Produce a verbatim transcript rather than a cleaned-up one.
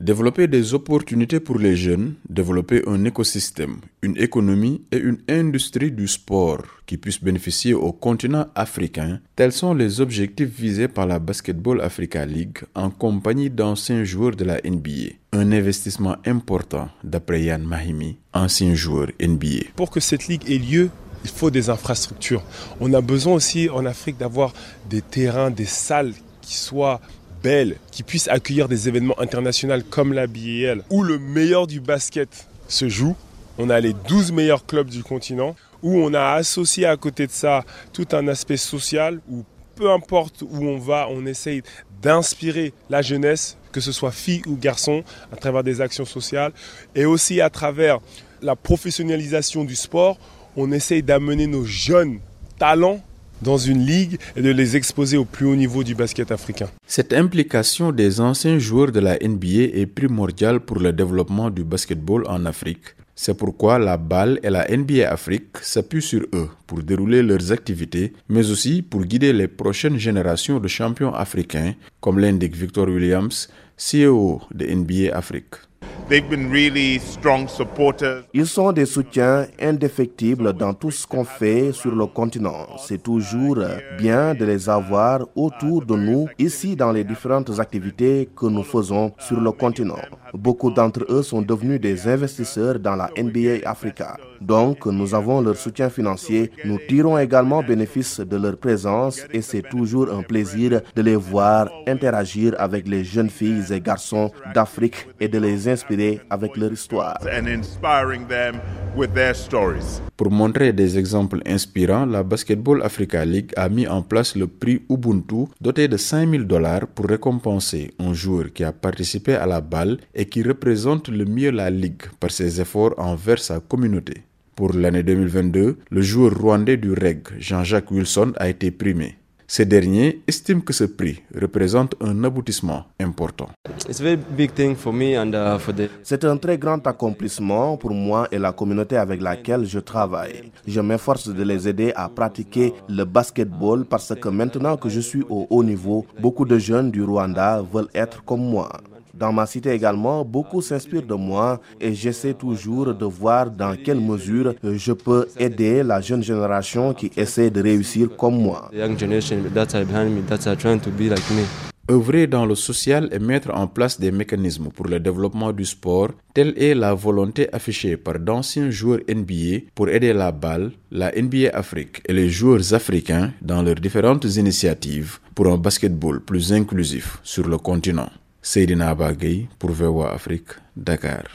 Développer des opportunités pour les jeunes, développer un écosystème, une économie et une industrie du sport qui puissent bénéficier au continent africain, tels sont les objectifs visés par la Basketball Africa League en compagnie d'anciens joueurs de la N B A. Un investissement important d'après Yann Mahimi, ancien joueur N B A. Pour que cette ligue ait lieu, il faut des infrastructures. On a besoin aussi en Afrique d'avoir des terrains, des salles qui soient belles, qui puissent accueillir des événements internationaux comme la B A L, où le meilleur du basket se joue. On a les douze meilleurs clubs du continent, où on a associé à côté de ça tout un aspect social, où peu importe où on va, on essaye d'inspirer la jeunesse, que ce soit filles ou garçons, à travers des actions sociales, et aussi à travers la professionnalisation du sport, on essaye d'amener nos jeunes talents dans une ligue et de les exposer au plus haut niveau du basket africain. Cette implication des anciens joueurs de la N B A est primordiale pour le développement du basketball en Afrique. C'est pourquoi la B A L et la N B A Afrique s'appuient sur eux pour dérouler leurs activités, mais aussi pour guider les prochaines générations de champions africains, comme l'indique Victor Williams, C E O de N B A Afrique. Ils sont des soutiens indéfectibles dans tout ce qu'on fait sur le continent. C'est toujours bien de les avoir autour de nous, ici dans les différentes activités que nous faisons sur le continent. Beaucoup d'entre eux sont devenus des investisseurs dans la N B A Africa. Donc, nous avons leur soutien financier. Nous tirons également bénéfice de leur présence et c'est toujours un plaisir de les voir interagir avec les jeunes filles et garçons d'Afrique et de les inspirer avec leur histoire. Pour montrer des exemples inspirants, la Basketball Africa League a mis en place le prix Ubuntu doté de cinq mille dollars pour récompenser un joueur qui a participé à la B A L et qui représente le mieux la Ligue par ses efforts envers sa communauté. Pour l'année deux mille vingt-deux, le joueur rwandais du R E G, Jean-Jacques Wilson, a été primé. Ces derniers estiment que ce prix représente un aboutissement important. C'est un très grand accomplissement pour moi et la communauté avec laquelle je travaille. Je m'efforce de les aider à pratiquer le basketball parce que maintenant que je suis au haut niveau, beaucoup de jeunes du Rwanda veulent être comme moi. Dans ma cité également, beaucoup s'inspirent de moi et j'essaie toujours de voir dans quelle mesure je peux aider la jeune génération qui essaie de réussir comme moi. Œuvrer dans le social et mettre en place des mécanismes pour le développement du sport, telle est la volonté affichée par d'anciens joueurs N B A pour aider la B A L, la N B A Afrique et les joueurs africains dans leurs différentes initiatives pour un basketball plus inclusif sur le continent. Seydina Abba Gueye pour V O A Afrique, Dakar.